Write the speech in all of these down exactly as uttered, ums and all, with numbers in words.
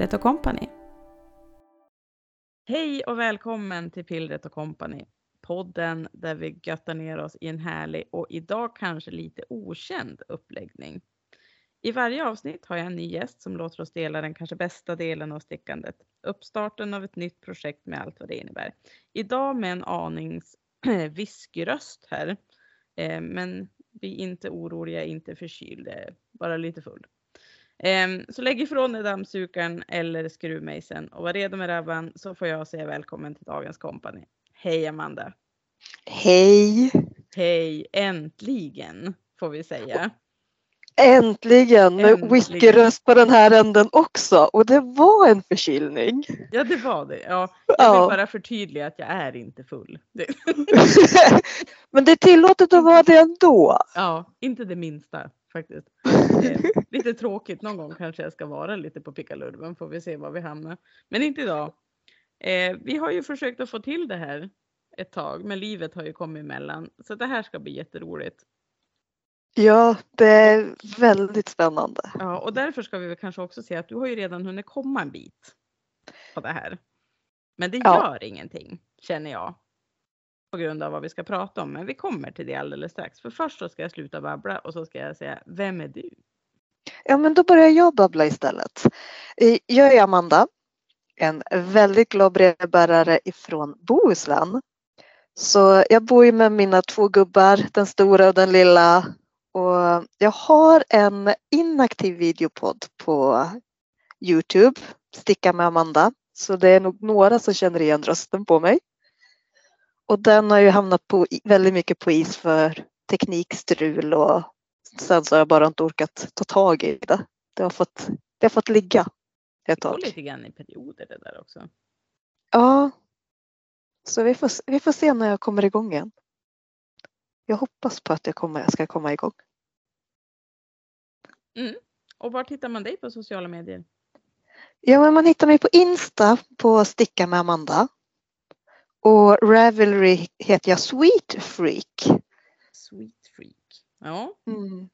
Pillret och Company. Hej och välkommen till Pillret och Company. Podden där vi göttar ner oss i en härlig och idag kanske lite okänd uppläggning. I varje avsnitt har jag en ny gäst som låter oss dela den kanske bästa delen av stickandet. Uppstarten av ett nytt projekt med allt vad det innebär. Idag med en anings viskröst här. Eh, men vi är inte oroliga, inte förkyld, bara lite full. Eh, så lägg ifrån dig dammsugaren eller skruvmejseln och var redo med rabban, så får jag säga välkommen till dagens kompani. Hej Amanda! Hej! Hej! Äntligen får vi säga. Äntligen med Äntligen. whiskyröst på den här änden också. Och det var en förkylning. Ja, det var det. Ja, jag Ja. vill bara förtydliga att jag är inte full. Det... Men det är tillåtet att vara det ändå. Ja, inte det minsta faktiskt. Eh, lite tråkigt, någon gång kanske jag ska vara lite på pickalurven, får vi se var vi hamnar. Men inte idag. Eh, vi har ju försökt att få till det här ett tag, men livet har ju kommit emellan. Så det här ska bli jätteroligt. Ja, det är väldigt spännande. Ja, och därför ska vi väl kanske också se att du har ju redan hunnit komma en bit på det här. Men det Ja. gör ingenting, känner jag. På grund av vad vi ska prata om. Men vi kommer till det alldeles strax. För först så ska jag sluta babbla och så ska jag säga, vem är du? Ja, men då börjar jag babbla istället. Eh, Jag är Amanda. En väldigt glad brevbärare ifrån Bohuslän. Så jag bor ju med mina två gubbar, den stora och den lilla. Och jag har en inaktiv videopodd på YouTube, Sticka med Amanda. Så det är nog några som känner igen rösten på mig. Och den har ju hamnat på, väldigt mycket på is för teknikstrul och sen så har jag bara inte orkat ta tag i det. Det har fått, det har fått ligga ett Det tag. går lite grann i perioder det där också. Ja, så vi får, vi får se när jag kommer igång igen. Jag hoppas på att jag, kommer, jag ska komma igång. Mm. Och var hittar man dig på sociala medier? Ja, men man hittar mig på Insta på Sticka med Amanda. Och Ravelry heter jag Sweet Freak. Sweet Freak. Ja. Mm.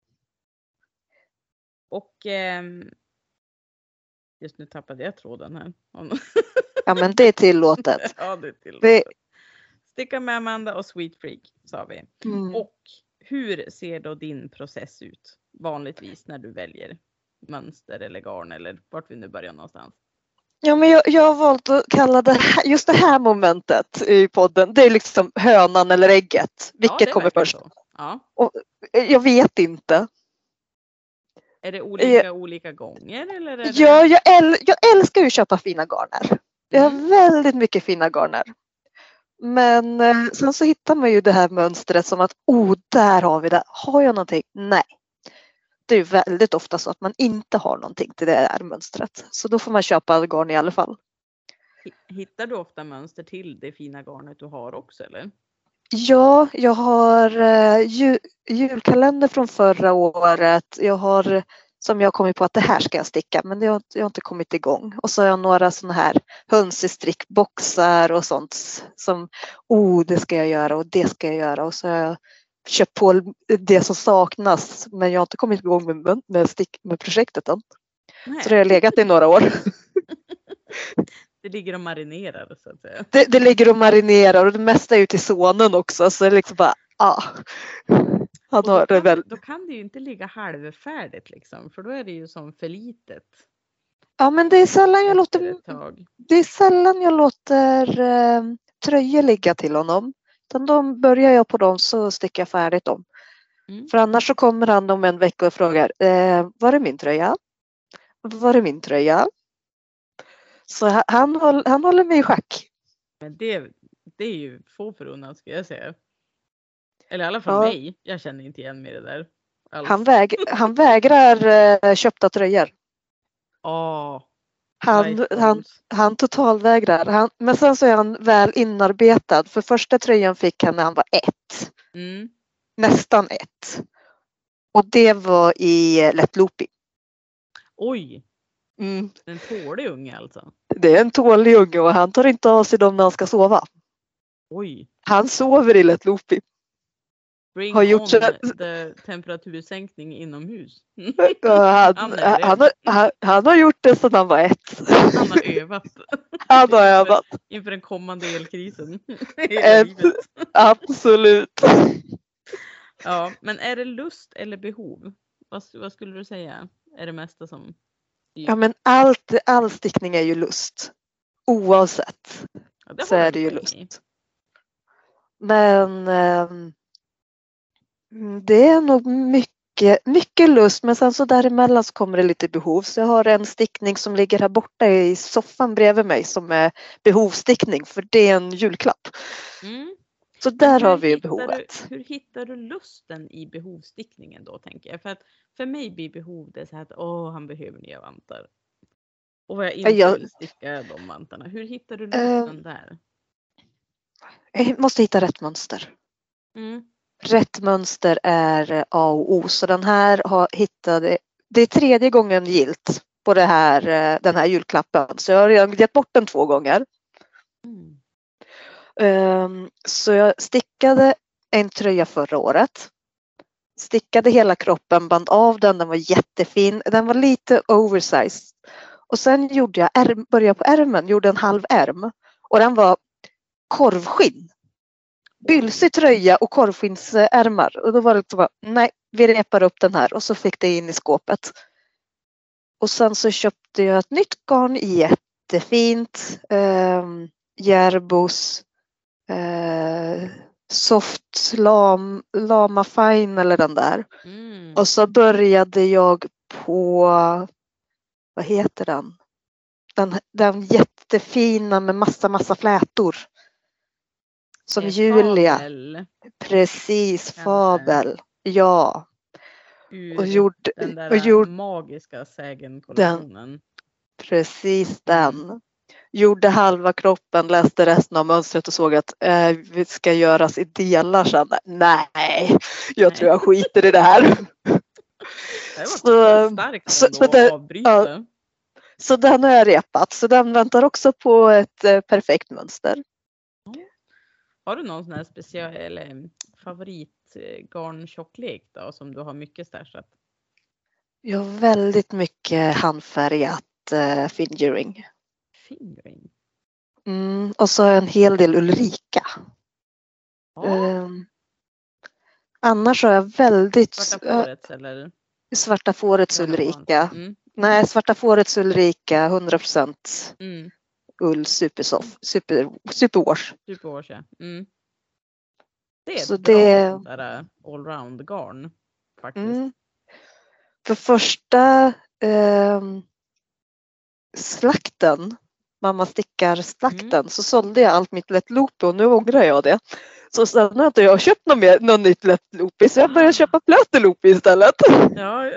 Och ehm, just nu tappade jag tråden här. Ja, men det är tillåtet. Ja, det är tillåtet. Vi, Sticka med Amanda och Sweet Freak sa vi. mm. Och hur ser då din process ut vanligtvis när du väljer mönster eller garn eller vart vi nu börjar någonstans? Ja, men jag, jag har valt att kalla det här, just det här momentet i podden. Det är liksom hönan eller ägget. Vilket Ja, det kommer verkar först? så. Ja. Och, jag vet inte. Är det olika eh, olika gånger? Eller är det... Ja, jag, äl, jag älskar ju att köpa fina garner. Jag har Mm. väldigt mycket fina garner. Men eh, sen så hittar man ju det här mönstret som att oh, där har vi det. Har jag någonting? Nej. Det är väldigt ofta så att man inte har någonting till det här mönstret. Så då får man köpa garn i alla fall. Hittar du ofta mönster till det fina garnet du har också eller? Ja, jag har eh, jul, julkalender från förra året. Jag har som jag har kommit på att det här ska jag sticka, men det har, jag har inte kommit igång. Och så har jag några sådana här hönsestrickboxar och sånt som oh, det ska jag göra och det ska jag göra. Och så har jag köpt på det som saknas, men jag har inte kommit igång med, med, stick, med projektet än. Nej. Så det har legat i några år. Det ligger och marinerar så att säga. Det, det ligger och marinerar och det mesta är ju till sonen också, så det är liksom bara ah. Han har det väl. Då kan det ju inte ligga halvfärdigt liksom, för då är det ju som för litet. Ja, men det är sällan jag låter det är sällan jag låter eh, tröjor ligga till honom. Utan de börjar jag på dem så sticker jag färdigt dem. Mm. För annars så kommer han om en vecka och frågar eh, var är min tröja? Var är min tröja? Så han, han, håll, han håller mig i schack. Men det, det är ju få förunnat ska jag säga. Eller i alla fall ja. mig. Jag känner inte igen mig i det där. Han, väg, han vägrar eh, köpta tröjor. Oh, han, han, han totalvägrar. Han, men sen så är han väl inarbetad. För första tröjan fick han när han var ett. Mm. Nästan ett. Och det var i Lättlopi. Oj. Mm. En tålig unge alltså. Det är en tålig unge och han tar inte av sig dem när han ska sova. Oj. Han sover i Lättlopi. Bring har gjort on så, the temperatursänkning inomhus. han, Han är det. han, har, han, han har gjort det sedan han var ett. Han har övat. Han har övat. Inför den kommande elkrisen. Hela Ett, livet. absolut. Ja, men är det lust eller behov? Vad, vad skulle du säga är det mesta som... Ja, men allt, all stickning är ju lust. Oavsett Ja, det så har är du det ju poäng i. lust. Men eh, det är nog mycket, mycket lust, men sen så däremellan så kommer det lite behov. Så jag har en stickning som ligger här borta i soffan bredvid mig som är behovsstickning, för det är en julklapp. Mm. Så där har vi ju hittar behovet. Du, hur hittar du lusten i behovsstickningen då, tänker jag? För att för mig blir behov det så här att åh, han behöver nya vantar. Och vad jag inte Jag- vill sticka de vantarna. Hur hittar du lusten Eh, där? Jag måste hitta rätt mönster. Mm. Rätt mönster är A och O. Så den här har hittade, det är tredje gången gilt på det här, den här julklappen. Så jag har redan gett bort den två gånger. Mm. Um, så jag stickade en tröja förra året. Stickade hela kroppen, band av den, den var jättefin. Den var lite oversized. Och sen gjorde jag, ärm, började på ärmen, gjorde en halv ärm. Och den var korvskinn. Bylsig tröja och korvskinnsärmar. Och då var det så, nej, vi repar upp den här. Och så fick det in i skåpet. Och sen så köpte jag ett nytt garn, jättefint. Eh, Järbos. Eh, soft lam, lama fine eller den där. Mm. Och så började jag på, vad heter den? Den, den jättefina med massa, massa flätor. Som Eh, Julia. Fabel. Precis, Kanske. Fabel. Ja. Ur Och gjorde, den där och gjorde magiska sägen-kollektionen. precis den. Gjorde halva kroppen, läste resten av mönstret och såg att eh, vi ska göras i delar sen. Nej, jag Nej. tror jag skiter i det här. Det var Så- starkt så- ändå så det- att avbryta. ja. Så den har jag repat. Så den väntar också på ett eh, perfekt mönster. Har du någon sån här speciell eller favoritgarntjocklek då som du har mycket stashat? Jag har väldigt mycket handfärgat eh, fingering. Fingering. Mm, och så en hel del Ulrika. Ja, Um, annars har jag väldigt svarta äh, fårets eller? svarta fårets gröna Ulrika. barn. Mm. Nej, svarta fårets Ulrika, hundra procent Mm. ull, supersoft, super, superwash. Superwash, ja. Mm. Det är ett Så bra det- sånt där allround garn faktiskt. Mm. För första ehm, slakten, mamma stickar slakten, Mm. så sålde jag allt mitt lätt loopy och nu ångrar jag det. Så sen har inte jag köpt något, mer, något nytt lätt loopy, så jag började köpa plöte loopy istället. Ja.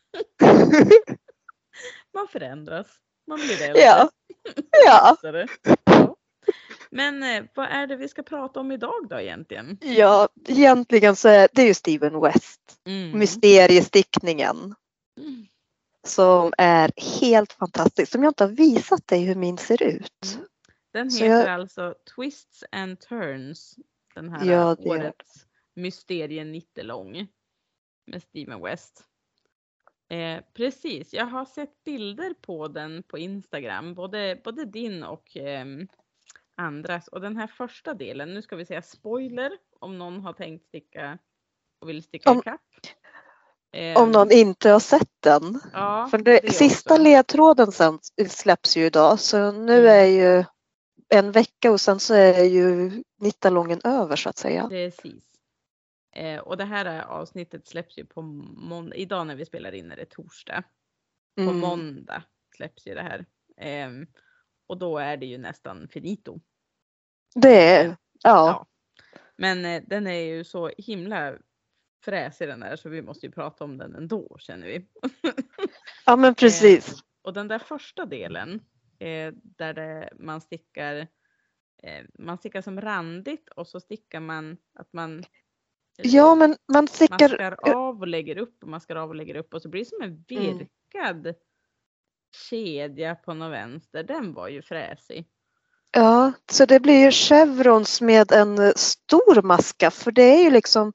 Man förändras. Man blir äldre. Ja. Ja. Så det. Ja. Men eh, vad är det vi ska prata om idag då egentligen? Ja, egentligen så är det ju Steven West, Mm. mysteriestickningen, Mm. som är helt fantastisk. Som jag inte har visat dig hur min ser ut. Mm. Den Så heter jag- alltså Twists and Turns. Den här Ja, det gör årets mysterienittelång med Steven West. Eh, precis, jag har sett bilder på den på Instagram, både, både din och eh, andras. Och den här första delen, nu ska vi säga spoiler om någon har tänkt sticka och vill sticka Om- ikapp. Eh, Om någon inte har sett den. ja, För det, det sista också. ledtråden sen släpps ju idag. Så nu Mm. är ju en vecka och sen så är ju nittalången över så att säga. Precis. Eh, och det här avsnittet släpps ju på måndag. Idag när vi spelar in är det torsdag. På Mm. måndag släpps ju det här. Eh, och då är det ju nästan finito. Det är, ja. Ja. Men eh, den är ju så himla fräsig den där, så vi måste ju prata om den ändå, känner vi. Ja men precis. Eh, och den där första delen eh, där det, man stickar eh, man stickar som randigt och så stickar man att man eh, Ja men man stickar. maskar av och lägger upp och maskar av och lägger upp och så blir det som en virkad kedja på något vänster. Den var ju fräsig. Ja, så det blir ju chevrons med en stor maska, för det är ju liksom,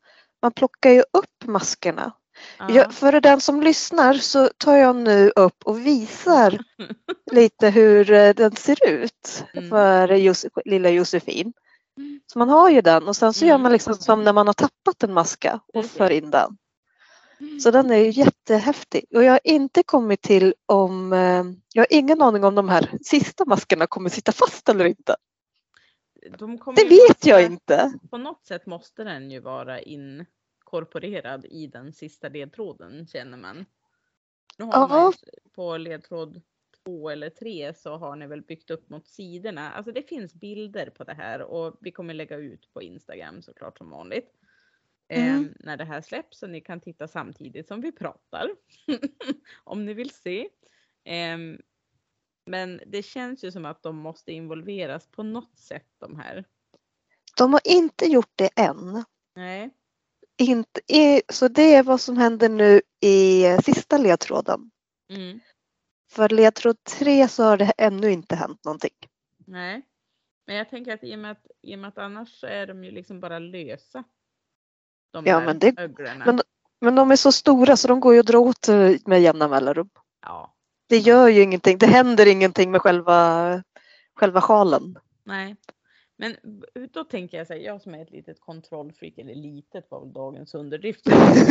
man plockar ju upp maskerna. Ja. Jag, för den som lyssnar så tar jag nu upp och visar lite hur den ser ut Mm. för Josef, lilla Josefin. Så man har ju den och sen så Mm. gör man liksom som när man har tappat en maska och Precis. för in den. Så den är ju jättehäftig. Och jag har inte kommit till om, eh, jag har ingen aning om de här sista maskerna kommer sitta fast eller inte. De kommer Det ju vet måste, jag inte. På något sätt måste den ju vara inkorporerad i den sista ledtråden, känner man. Nu har Ja. man ju på ledtråd två eller tre så har ni väl byggt upp mot sidorna. Alltså det finns bilder på det här och vi kommer lägga ut på Instagram såklart som vanligt. Mm. Eh, när det här släpps, så ni kan titta samtidigt som vi pratar. Om ni vill se. Eh, men det känns ju som att de måste involveras på något sätt, de här. De har inte gjort det än. Nej. Inte, i, så det är vad som händer nu i sista ledtråden. Mm. För ledtråd tre så har det ännu inte hänt någonting. Nej. Men jag tänker att i och med att, i och med att annars så är de ju liksom bara lösa. De Ja, där men, det, öglorna. men, men de är så stora så de går ju att dra åt med jämna mellanrum. Ja. Det gör ju ingenting. Det händer ingenting med själva, själva sjalen. Nej. Men då tänker jag så här, jag som är ett litet kontrollfreak, eller litet var väl dagens underdrift,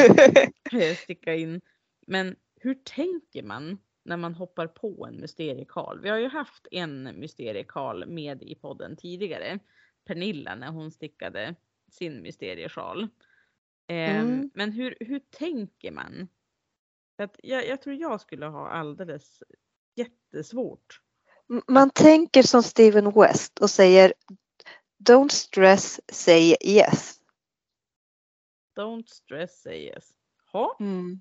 sticka in. Men hur tänker man när man hoppar på en mysteriekal? Vi har ju haft en mysteriekal med i podden tidigare. Pernilla, när hon stickade sin mysteriesjal. Mm. Men hur, hur tänker man? För att jag, jag tror jag skulle ha alldeles jättesvårt. Man tänker som Steven West och säger don't stress, say yes. Don't stress, say yes. Ha? Mm.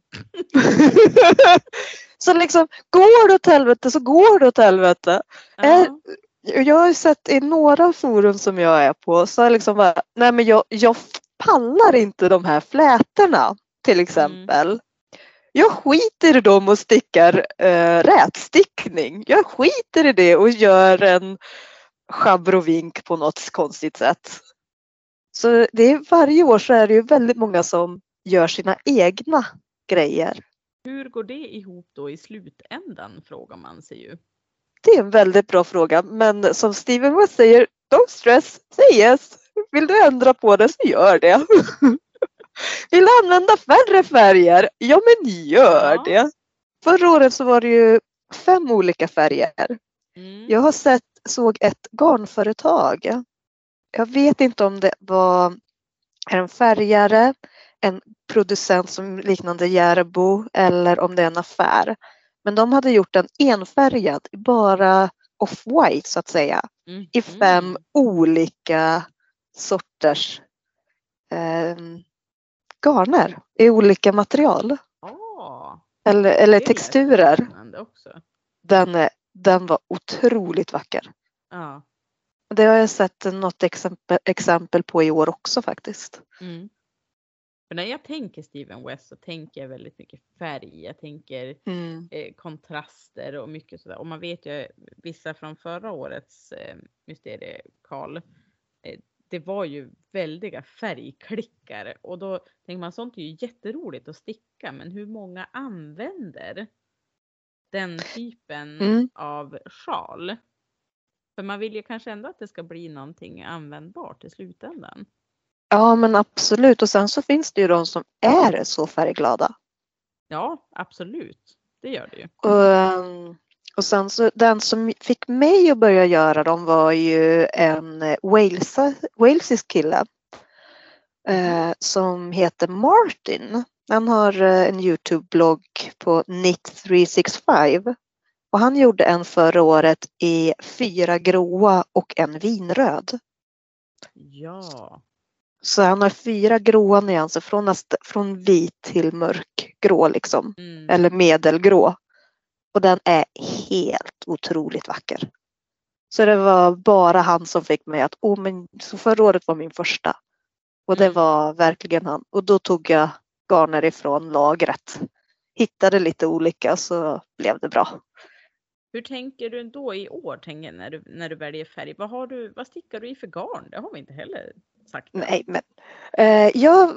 Så liksom, går det åt helvete så går det åt helvete. Ja. Jag har ju sett i några forum som jag är på så är liksom bara, nej men jag, jag pallar inte de här flätorna till exempel. Mm. Jag skiter i dem och stickar äh, rätstickning. Jag skiter i det och gör en schabrovink på något konstigt sätt. Så det är, varje år så är det ju väldigt många som gör sina egna grejer. Hur går det ihop då i slutändan, frågar man sig ju. Det är en väldigt bra fråga, men som Steven West säger, don't stress, say yes. Vill du ändra på det så gör det. Vill du använda färre färger? Ja men gör ja. det. Förra året så var det ju fem olika färger. Mm. Jag har sett, såg ett garnföretag. Jag vet inte om det var en färgare, en producent som liknande Järbo eller om det är en affär. Men de hade gjort en enfärgad, bara off-white så att säga. Mm. I fem mm. olika sorters eh, garner i olika material. Oh, eller eller texturer. Också. Den, den var otroligt vacker. Ja. Det har jag sett något exempel, exempel på i år också faktiskt. Mm. För när jag tänker Steven West så tänker jag väldigt mycket färg. Jag tänker mm. eh, kontraster och mycket sådär. Och man vet ju vissa från förra årets eh, mysteriekal. Eh, det var ju väldiga färgklickar. Och då tänker man sånt är ju jätteroligt att sticka. Men hur många använder den typen mm. av sjal? För man vill ju kanske ändå att det ska bli någonting användbart i slutändan. Ja men absolut, och sen så finns det ju de som är så färgglada. Ja absolut, det gör det ju. Och, och sen så den som fick mig att börja göra dem var ju en Wales, walesisk kille. Eh, som heter Martin. Han har en YouTube-blogg på knit tre sextiofem. Och han gjorde en förra året i fyra gråa och en vinröd. Ja. Så han har fyra gråa nyanser från, nästa, från vit till mörkgrå liksom. Mm. Eller medelgrå. Och den är helt otroligt vacker. Så det var bara han som fick mig att, oh men så förra året var min första. Och det var verkligen han. Och då tog jag garner ifrån lagret. Hittade lite olika så blev det bra. Hur tänker du då i år tänker, när, du, när du väljer färg? Vad, har du, vad stickar du i för garn? Det har vi inte heller sagt. Nej, men eh, jag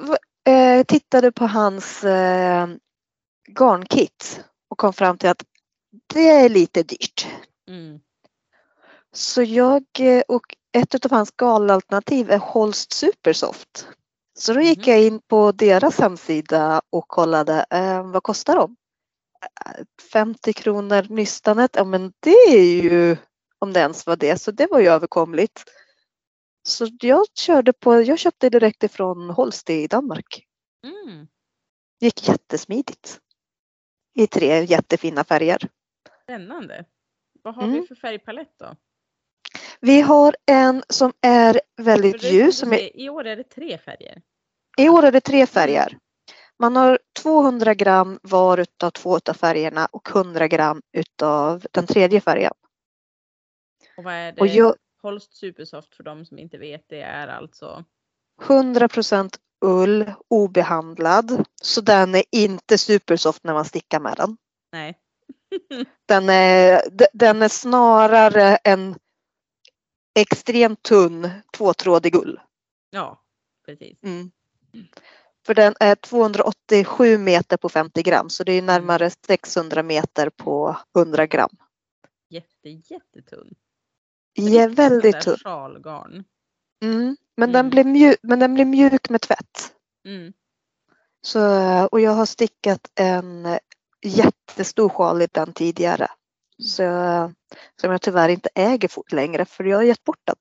eh, tittade på hans eh, garnkit och kom fram till att det är lite dyrt. Mm. Så jag eh, och ett av hans galalternativ är Holst Supersoft. Så då gick Mhm. jag in på deras hemsida och kollade eh, vad kostar de? femtio kronor nystanet, ja men det är ju, om det ens var det, så det var ju överkomligt. Så jag körde på, jag köpte direkt ifrån Holst i Danmark. Mm. Gick jättesmidigt. I tre jättefina färger. Spännande. Vad har Mm. vi för färgpalett då? Vi har en som är väldigt För det ljus. som Som du är, säger, I år är det tre färger. I år är det tre färger. Man har tvåhundra gram var utav två utav färgerna och hundra gram utav den tredje färgen. Och vad är det? Och jag, Holst Supersoft, för de som inte vet, det är alltså. hundra procent ull, obehandlad. Så den är inte supersoft när man stickar med den. Nej. Den är, d- den är snarare en extremt tunn tvåtrådig ull. Ja, precis. Mm. För den är tvåhundraåttiosju meter på femtio gram, så det är närmare sexhundra meter på hundra gram. Jätte, jättetunn. Ja, väldigt tunn. Sjalgarn. Mm. Men, Mm. Den blir mjuk, men den blir mjuk med tvätt. Mm. Så, och jag har stickat en jättestor sjal i den tidigare. Så, som jag tyvärr inte äger fort längre, för jag har gett bort den.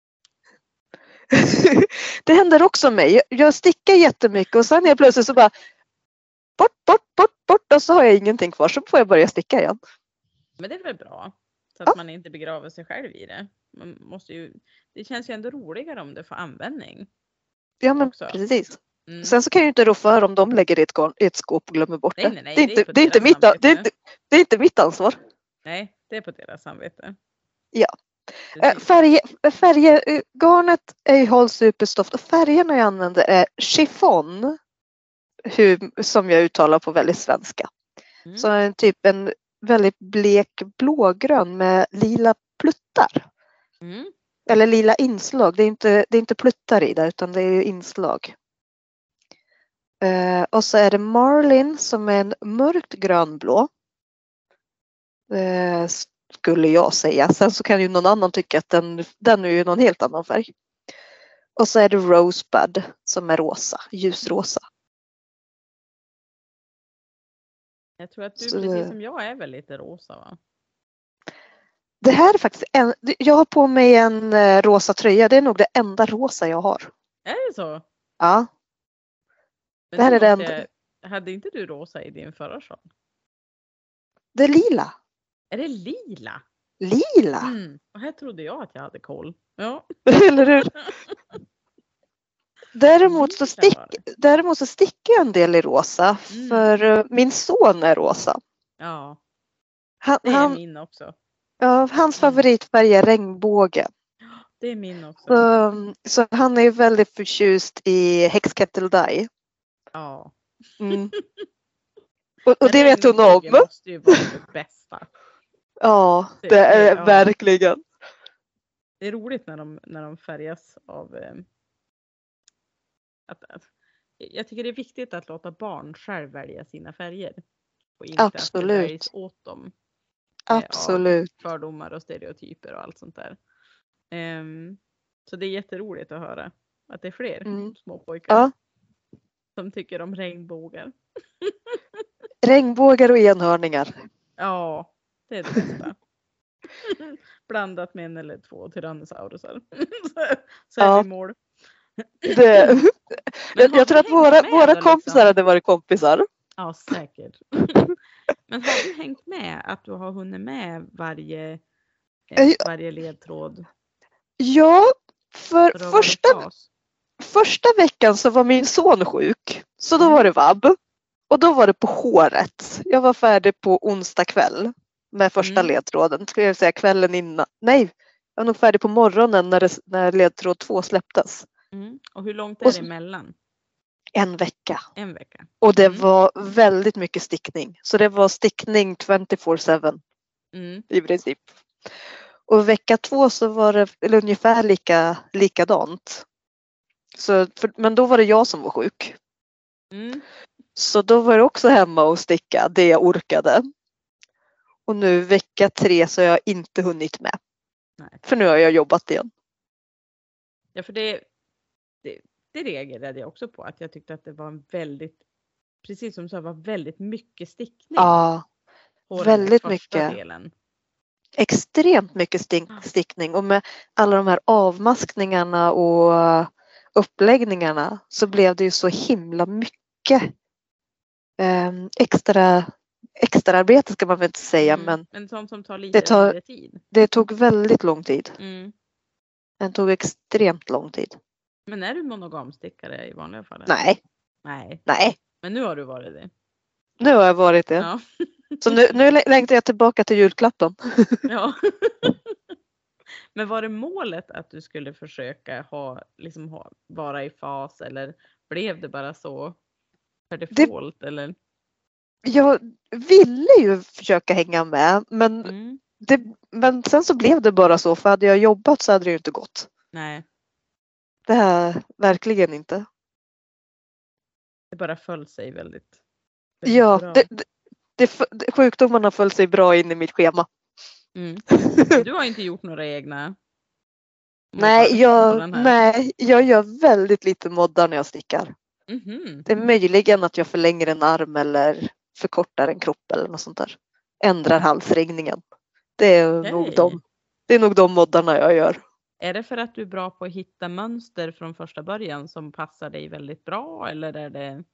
Det händer också mig. Jag, jag stickar jättemycket och sen är jag plötsligt så bara bort, bort, bort, bort och så har jag ingenting kvar, så får jag börja sticka igen. Men det är väl bra. Så att Ja. man inte begraver sig själv i det. Man måste ju, det känns ju ändå roligare om det får användning. Ja men Också. precis. Mm. Sen så kan jag ju inte rå för om de lägger det i ett, garn, i ett skåp och glömmer bort Nej, det. nej, nej, det, är det är inte, på det, är inte deras mitt, det, är samvete. inte, det är inte mitt ansvar. Nej, det är på deras samvete. Ja. Eh, Precis. Färg, färger, eh, garnet är ju Holst Supersoft och färgerna jag använder är chiffon. Hur, som jag uttalar på väldigt svenska. Mm. Så en typ en väldigt blek blågrön med lila pluttar. Mm. Eller lila inslag. Det är inte, det är inte pluttar i det utan det är ju inslag. Eh, och så är det Marlin som är en mörkt grönblå. Eh, skulle jag säga. Sen så kan ju någon annan tycka att den, den är ju någon helt annan färg. Och så är det Rosebud som är rosa, ljusrosa. Jag tror att du, Så- precis som jag, är väl lite rosa, va? Det här är faktiskt en, jag har på mig en eh, rosa tröja. Det är nog det enda rosa jag har. Är det så? Ja, Men Det här då är det måste enda. jag, hade inte du rosa i din förra sjal? det är lila. Är det lila? Lila, Mm. Och här trodde jag att jag hade koll. Ja. eller hur? Däremot så, Lila stick, var det. däremot så sticker jag en del i rosa. Mm. För eh, min son är rosa. Ja, Han, det är han, min också. ja, hans favoritfärg är regnbåge. Det är min också. Så, så han är ju väldigt förtjust i Hexkettle Dye. Ja. Mm. Och, och Men det vet hon regnbågen om. måste ju vara det bästa. Ja, Det- det är ja. verkligen. Det är roligt när de, när de färgas av eh, att, att, jag tycker det är viktigt att låta barn själv välja sina färger. Och inte att det Absolut. väljs åt dem. eh, av Absolut. Fördomar och stereotyper och allt sånt där. Ehm, så det är jätteroligt att höra att det är fler Mm. små pojkar Ja. som tycker om regnbågar. Regnbågar och enhörningar. Ja, det är det bästa. Blandat med en eller två tyrannosaurusar. så, så är Ja. vi i mål. Det, Men jag, har jag tror du att hängt våra, med våra då, kompisar liksom? hade varit kompisar. Ja, säkert. Men har du hängt med att du har hunnit med varje, eh, Eh, varje ledtråd? Ja, för Och du har varit första, fas? första veckan så var min son sjuk. Så då Mm. var det vabb. Och då var det på håret. Jag var färdig på onsdag kväll med första Mm. ledtråden. Skulle jag säga kvällen innan. Nej, jag var nog färdig på morgonen när, det, när ledtråd två släpptes. Mm. Och hur långt är Och det så- emellan? En vecka. En vecka. Och det Mm. var väldigt mycket stickning. Så det var stickning tjugofyra sju Mm. i princip. Och vecka två så var det eller ungefär lika, likadant. Så, för, men då var det jag som var sjuk. Mm. Så då var det också hemma och sticka det jag orkade. Och nu vecka tre så har jag inte hunnit med. Nej. För nu har jag jobbat igen. Ja, för det, det, det reagerade jag också på. Att jag tyckte att det var en väldigt, precis som du sa, var väldigt mycket stickning. Ja, på väldigt den första mycket. Delen. Extremt mycket stick, stickning. Och med alla de här avmaskningarna och uppläggningarna så blev det ju så himla mycket eh, extra, extra arbete ska man väl inte säga. Mm. Men Men sånt som tar lite det, tar, längre tid. det tog väldigt lång tid. Mm. Den tog extremt lång tid. Men är du monogamstickare i vanliga fall? Nej. Nej. Nej. Men nu har du varit det. Nu har jag varit det. Ja. Så nu, nu längtar jag tillbaka till julklappen. Ja. Men var det målet att du skulle försöka ha, liksom ha, vara i fas, eller blev det bara så per default? Det, eller? Jag ville ju försöka hänga med, men, Mm. det, men sen så blev det bara så, för hade jag jobbat så hade det ju inte gått. Nej. Det här verkligen inte. Det bara föll sig väldigt, väldigt Ja, bra. det, det, det, sjukdomarna föll sig bra in i mitt schema. Mm. Du har inte gjort några egna? Nej jag, nej, jag gör väldigt lite moddar när jag stickar. Mm-hmm. Det är möjligen att jag förlänger en arm eller förkortar en kropp eller något sånt där. Ändrar halsringningen. Det är, okay. nog de, det är nog de moddarna jag gör. Är det för att du är bra på att hitta mönster från första början som passar dig väldigt bra, eller är det?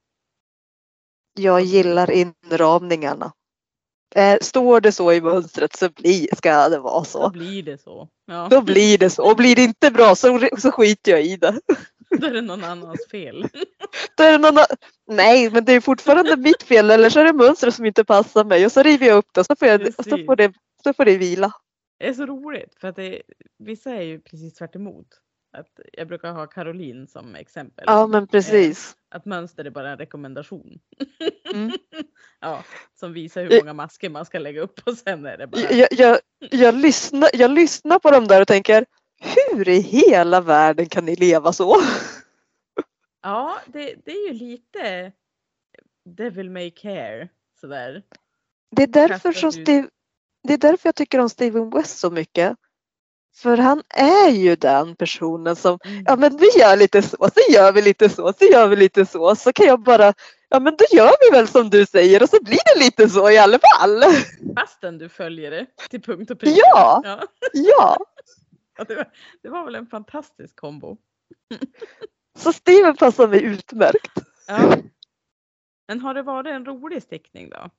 Jag gillar inramningarna. Står det så i mönstret så blir, ska det vara så. Då blir det så. Ja. Då blir det så. Och blir det inte bra så, så skiter jag i det. Då är det någon annans fel. Då är det någon, nej, men det är fortfarande mitt fel. Eller så är det mönster som inte passar mig. Och så river jag upp det och så får, jag, och så får, det, så får det vila. Det är så roligt. För att det, vissa är ju precis tvärt emot. Att jag brukar ha Caroline som exempel. Ja, men precis. Att mönster är bara en rekommendation. Mm. Ja, som visar hur många masker man ska lägga upp och sen är det bara... Jag, jag, jag, lyssnar, jag lyssnar på dem där och tänker, hur i hela världen kan ni leva så? Ja, det, det är ju lite devil may care sådär. Det är därför som Steve, det är därför jag tycker om Steven West så mycket. För han är ju den personen som, mm. ja men vi gör lite så, så gör vi lite så, så gör vi lite så. Så kan jag bara, ja men då gör vi väl som du säger och så blir det lite så i alla fall. Fastän du följer det till punkt och pricka. Ja, ja. ja. ja det, var, det var väl en fantastisk kombo. Så Steven passar mig utmärkt. Ja. Men har det varit en rolig stickning då?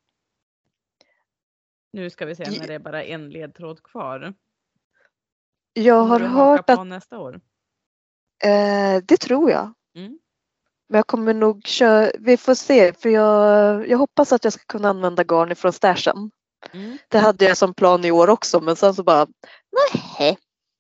Nu ska vi se när det är bara en ledtråd kvar. Jag har hört att nästa år. Eh, det tror jag. Mm. Men jag kommer nog köra, vi får se, för jag, jag hoppas att jag ska kunna använda garn ifrån stashen. Mm. Det hade jag som plan i år också, men sen så bara nej.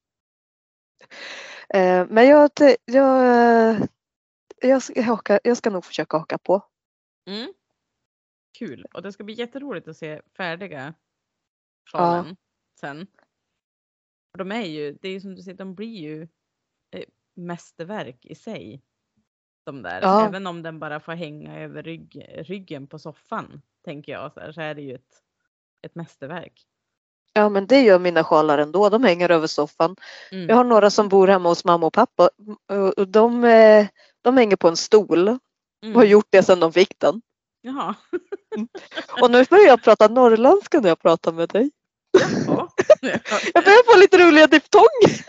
Eh, men jag, jag, jag, ska, haka, jag ska nog försöka haka på. Mm. Kul, och det ska bli jätteroligt att se färdiga sjalen ja. Sen. De är ju, det är ju som du säger, de blir ju mästerverk i sig. De där. Ja. Även om den bara får hänga över rygg, ryggen på soffan, tänker jag, så, här, så är det ju ett, ett mästerverk. Ja, men det gör mina sjalar ändå. De hänger över soffan. Mm. Jag har några som bor hemma hos mamma och pappa. Och de, de hänger på en stol. Mm. Och har gjort det sedan de fick den. Jaha. Och nu börjar jag prata norrländska när jag pratar med dig. Jaha. Jag börjar få lite roliga diptonger.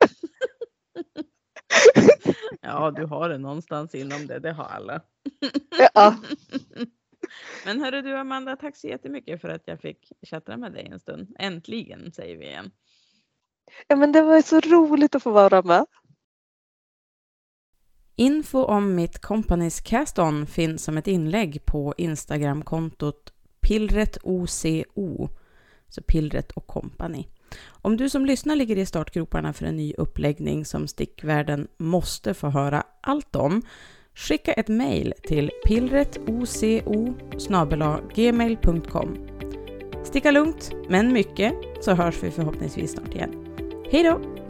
Ja, du har det någonstans inom det. Det har alla. Ja. Men hörru du Amanda, tack så jättemycket för att jag fick chatta med dig en stund. Äntligen, säger vi igen. Ja, men det var så roligt att få vara med. Info om mitt Companys Cast-On finns som ett inlägg på Instagramkontot pillretoco. Så Pillret och Company. Om du som lyssnar ligger i startgroparna för en ny uppläggning som stickvärlden måste få höra allt om, skicka ett mejl till pillretoco snabel-a gmail punkt com. Sticka lugnt, men mycket, så hörs vi förhoppningsvis snart igen. Hej då!